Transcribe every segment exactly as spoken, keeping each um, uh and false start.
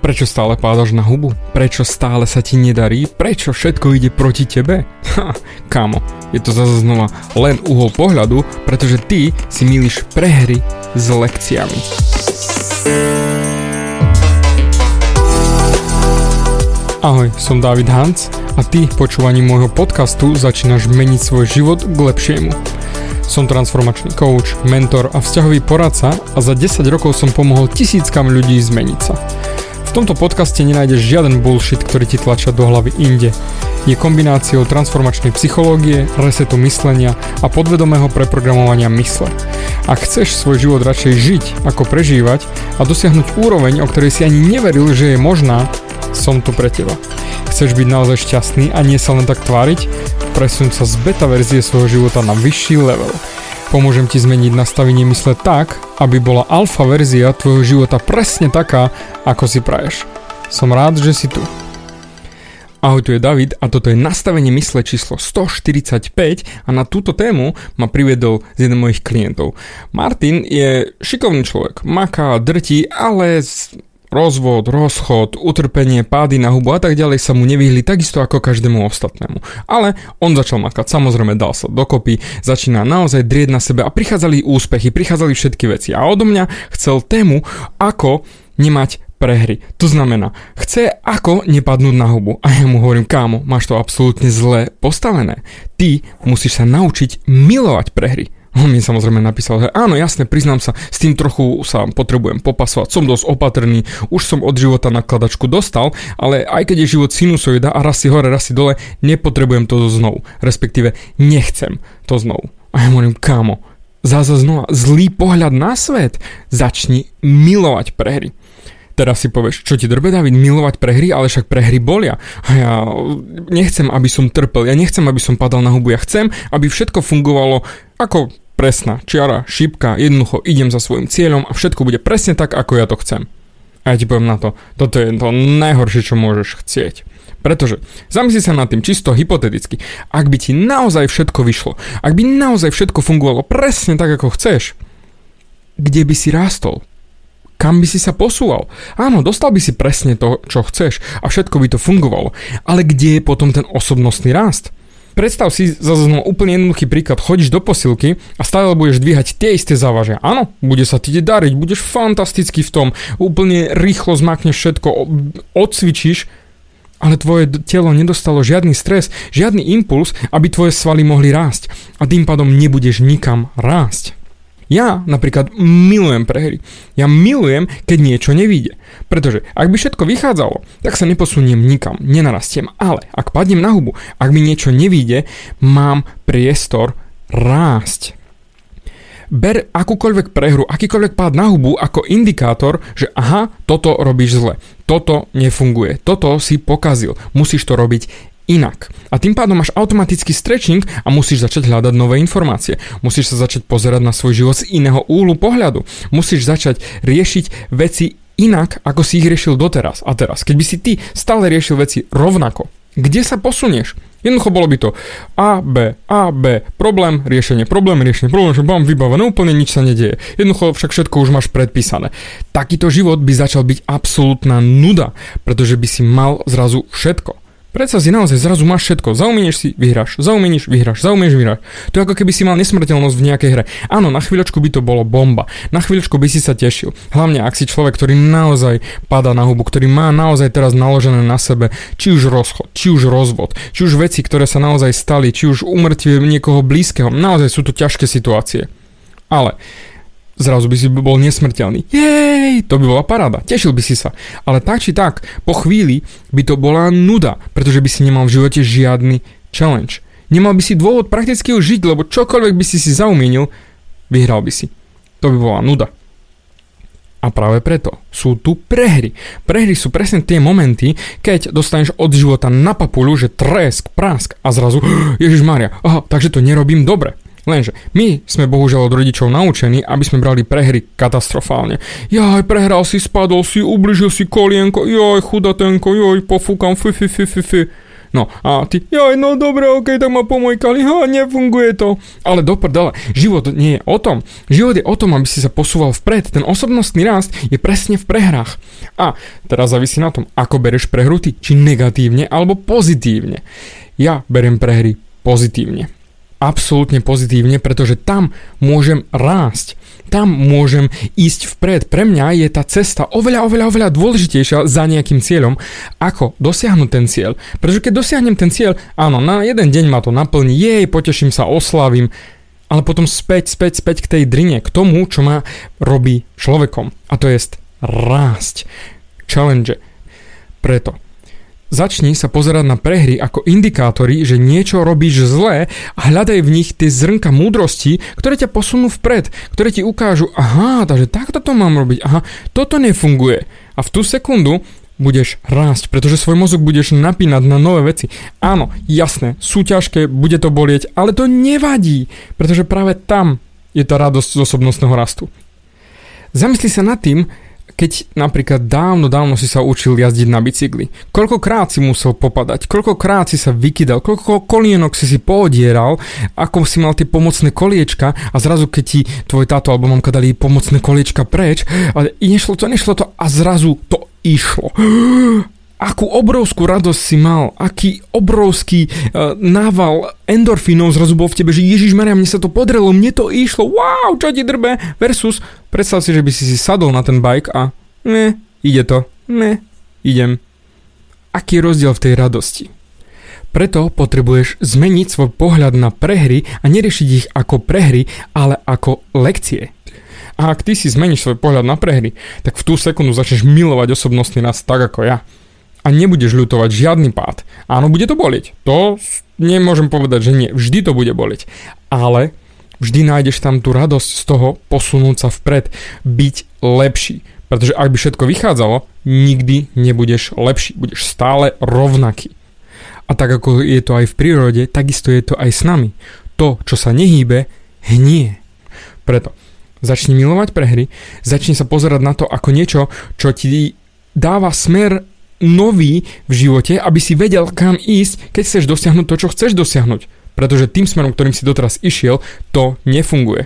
Prečo stále pádaš na hubu? Prečo stále sa ti nedarí? Prečo všetko ide proti tebe? Ha, kámo, je to zase znova len uhol pohľadu, pretože ty si mýliš prehry s lekciami. Ahoj, som David Hans a ty počúvaním môjho podcastu začínaš meniť svoj život k lepšiemu. Som transformačný coach, mentor a vzťahový poradca a za desať rokov som pomohol tisíckam ľudí zmeniť sa. V tomto podcaste nenájdeš žiaden bullshit, ktorý ti tlačia do hlavy inde. Je kombináciou transformačnej psychológie, resetu myslenia a podvedomého preprogramovania mysle. Ak chceš svoj život radšej žiť, ako prežívať a dosiahnuť úroveň, o ktorej si ani neveril, že je možná, som tu pre teba. Chceš byť naozaj šťastný a nie sa len tak tváriť? Presuň sa z beta verzie svojho života na vyšší level. Pomôžem ti zmeniť nastavenie mysle tak, aby bola alfa verzia tvojho života presne taká, ako si praješ. Som rád, že si tu. Ahoj, tu je David a toto je nastavenie mysle číslo stoštyridsaťpäť a na túto tému ma priviedol z jeden mojich klientov. Martin je šikovný človek, maká, drtí, ale rozvod, rozchod, utrpenie, pády na hubu a tak ďalej sa mu nevyhli takisto ako každému ostatnému. Ale on začal makať, samozrejme dal sa dokopy, začína naozaj drieť na sebe a prichádzali úspechy, prichádzali všetky veci. A odo mňa chcel tému, ako nemať prehry. To znamená, chce ako nepadnúť na hubu. A ja mu hovorím, kámo, máš to absolútne zle postavené. Ty musíš sa naučiť milovať prehry. On mi samozrejme napísal, že áno, jasne, priznám sa, s tým trochu sa potrebujem popasovať, som dosť opatrný, už som od života nakladačku dostal, ale aj keď je život sinusoida a raz si hore, raz si dole, nepotrebujem to znovu, respektíve nechcem to znovu. A ja hovorím, kámo, zase znova, zlý pohľad na svet, začni milovať prehry. Teraz si povieš, čo ti drbe, David, milovať prehry, ale však prehry bolia. A ja nechcem, aby som trpel, ja nechcem, aby som padal na hubu, ja chcem, aby všetko fungovalo ako presná čiara, šípka, jednoducho idem za svojím cieľom a všetko bude presne tak, ako ja to chcem. A ja ti poviem na to, toto je to najhoršie, čo môžeš chcieť. Pretože zamysli sa nad tým čisto hypoteticky, ak by ti naozaj všetko vyšlo, ak by naozaj všetko fungovalo presne tak, ako chceš, kde by si rástol? Kam by si sa posúval? Áno, dostal by si presne to, čo chceš a všetko by to fungovalo. Ale kde je potom ten osobnostný rast? Predstav si zase úplne jednoduchý príklad. Chodíš do posilky a stále budeš dvíhať tie isté závažia. Áno, bude sa ti dariť, budeš fantastický v tom, úplne rýchlo zmakneš všetko, odcvičíš, ale tvoje telo nedostalo žiadny stres, žiadny impuls, aby tvoje svaly mohli rásť. A tým pádom nebudeš nikam rásť. Ja napríklad milujem prehry. Ja milujem, keď niečo nevyjde. Pretože ak by všetko vychádzalo, tak sa neposuniem nikam, nenarastiem. Ale ak padnem na hubu, ak mi niečo nevyjde, mám priestor rásť. Ber akúkoľvek prehru, akýkoľvek pád na hubu ako indikátor, že aha, toto robíš zle, toto nefunguje, toto si pokazil, musíš to robiť inak. A tým pádom máš automatický stretching a musíš začať hľadať nové informácie. Musíš sa začať pozerať na svoj život z iného úhlu pohľadu. Musíš začať riešiť veci inak, ako si ich riešil doteraz a teraz. Keď by si ty stále riešil veci rovnako, kde sa posunieš? Jednoducho bolo by to A, B, A, B, problém, riešenie, problém, riešenie, problém, že mám vybavené, úplne nič sa nedieje. Jednoducho však všetko už máš predpísané. Takýto život by začal byť absolútna nuda, pretože by si mal zrazu všetko. Predsa si naozaj zrazu máš všetko. Zaumenieš si, vyhráš. Zaumenieš, vyhráš. Zaumenieš, vyhráš. To je ako keby si mal nesmrteľnosť v nejakej hre. Áno, na chvíľočku by to bolo bomba. Na chvíľočku by si sa tešil. Hlavne ak si človek, ktorý naozaj padá na hubu, ktorý má naozaj teraz naložené na sebe, či už rozchod, či už rozvod, či už veci, ktoré sa naozaj stali, či už úmrtie niekoho blízkeho. Naozaj sú to ťažké situácie. Ale zrazu by si bol nesmrteľný. Jej, to by bola paráda, tešil by si sa. Ale tak či tak, po chvíli by to bola nuda, pretože by si nemal v živote žiadny challenge. Nemal by si dôvod prakticky už žiť, lebo čokoľvek by si si zaumienil, vyhral by si. To by bola nuda. A práve preto sú tu prehry. Prehry sú presne tie momenty, keď dostaneš od života na papuľu, že tresk, prask a zrazu Ježišmária, aha, takže to nerobím dobre. Lenže my sme bohužiaľ od rodičov naučení, aby sme brali prehry katastrofálne. Jaj, prehral si, spadol si, ubližil si kolienko, joj, chudatenko, joj, pofúkam, fi, fi, fi, fi, fi. No a ty, jaj, no dobre, okej, okay, tak ma pomojkali, ha, nefunguje to. Ale do prdele, život nie je o tom. Život je o tom, aby si sa posúval vpred. Ten osobnostný rast je presne v prehrách. A teraz závisí na tom, ako bereš prehru ty, či negatívne alebo pozitívne. Ja beriem prehry pozitívne. Absolútne pozitívne, pretože tam môžem rásť. Tam môžem ísť vpred. Pre mňa je tá cesta oveľa, oveľa, oveľa dôležitejšia za nejakým cieľom, ako dosiahnuť ten cieľ. Pretože keď dosiahnem ten cieľ, áno, na jeden deň ma to naplní, jej, poteším sa, oslavím, ale potom späť, späť, späť k tej drine, k tomu, čo ma robí človekom. A to je rásť. Challenge. Preto začni sa pozerať na prehry ako indikátory, že niečo robíš zlé a hľadaj v nich tie zrnka múdrosti, ktoré ťa posunú vpred, ktoré ti ukážu, aha, takže takto to mám robiť, aha, toto nefunguje. A v tú sekundu budeš rásť, pretože svoj mozog budeš napínať na nové veci. Áno, jasné, sú ťažké, bude to bolieť, ale to nevadí, pretože práve tam je tá radosť z osobnostného rastu. Zamysli sa nad tým, keď napríklad dávno, dávno si sa učil jazdiť na bicykli. Koľkokrát si musel popadať, koľkokrát si sa vykydal, koľko kolienok si si poodieral, ako si mal tie pomocné koliečka a zrazu keď ti tvoj táto alebo mamka dali pomocné koliečka preč, ale nešlo to, nešlo to a zrazu to išlo. Akú obrovskú radosť si mal, aký obrovský uh, nával endorfínov zrazu bol v tebe, že Ježišmaria, mne sa to podarilo, mne to išlo, wow, čo ti drbe, versus predstav si, že by si si sadol na ten bike a ne, ide to, ne, idem. Aký je rozdiel v tej radosti? Preto potrebuješ zmeniť svoj pohľad na prehry a neriešiť ich ako prehry, ale ako lekcie. A ak ty si zmeníš svoj pohľad na prehry, tak v tú sekundu začneš milovať osobnostný rast tak ako ja. A nebudeš ľutovať žiadny pád. Áno, bude to bolieť. To nemôžem povedať, že nie. Vždy to bude bolieť. Ale vždy nájdeš tam tú radosť z toho posunúť sa vpred. Byť lepší. Pretože ak by všetko vychádzalo, nikdy nebudeš lepší. Budeš stále rovnaký. A tak ako je to aj v prírode, takisto je to aj s nami. To, čo sa nehýbe, hnie. Preto začni milovať prehry, začni sa pozerať na to ako niečo, čo ti dáva smer nový v živote, aby si vedel, kam ísť, keď chceš dosiahnuť to, čo chceš dosiahnuť. Pretože tým smerom, ktorým si doteraz išiel, to nefunguje.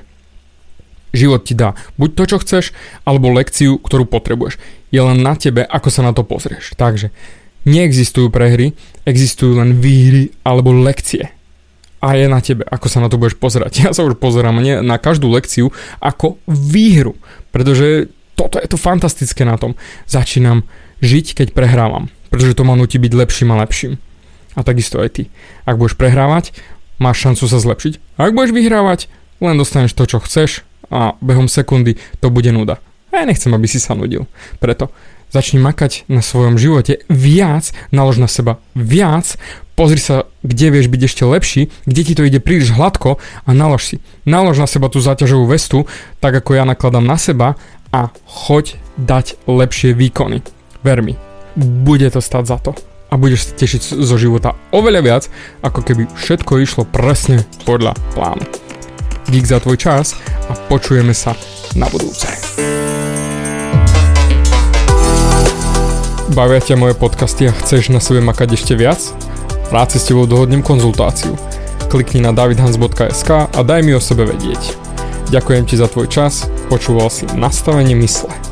Život ti dá buď to, čo chceš, alebo lekciu, ktorú potrebuješ. Je len na tebe, ako sa na to pozrieš. Takže neexistujú prehry, existujú len výhry alebo lekcie. A je na tebe, ako sa na to budeš pozerať. Ja sa už pozerám na každú lekciu ako výhru. Pretože toto je to fantastické na tom. Začínam žiť, keď prehrávam, pretože to ma nutí byť lepším a lepším. A takisto aj ty. Ak budeš prehrávať, máš šancu sa zlepšiť. A ak budeš vyhrávať, len dostaneš to, čo chceš a behom sekundy to bude nuda. A ja nechcem, aby si sa nudil. Preto začni makať na svojom živote viac, nalož na seba viac, pozri sa, kde vieš byť ešte lepší, kde ti to ide príliš hladko a nalož si. Nalož na seba tú záťažovú vestu, tak ako ja nakladám na seba a choď dať lepšie výkony. Ver mi, bude to stať za to a budeš sa tešiť zo života oveľa viac, ako keby všetko išlo presne podľa plánu. Dík za tvoj čas a počujeme sa na budúce. Bavia ťa moje podcasty a chceš na sebe makať ešte viac? Rád si s tebou dohodnem konzultáciu. Klikni na davidhans bodka es ká a daj mi o sebe vedieť. Ďakujem ti za tvoj čas, počúval si Nastavenie mysle.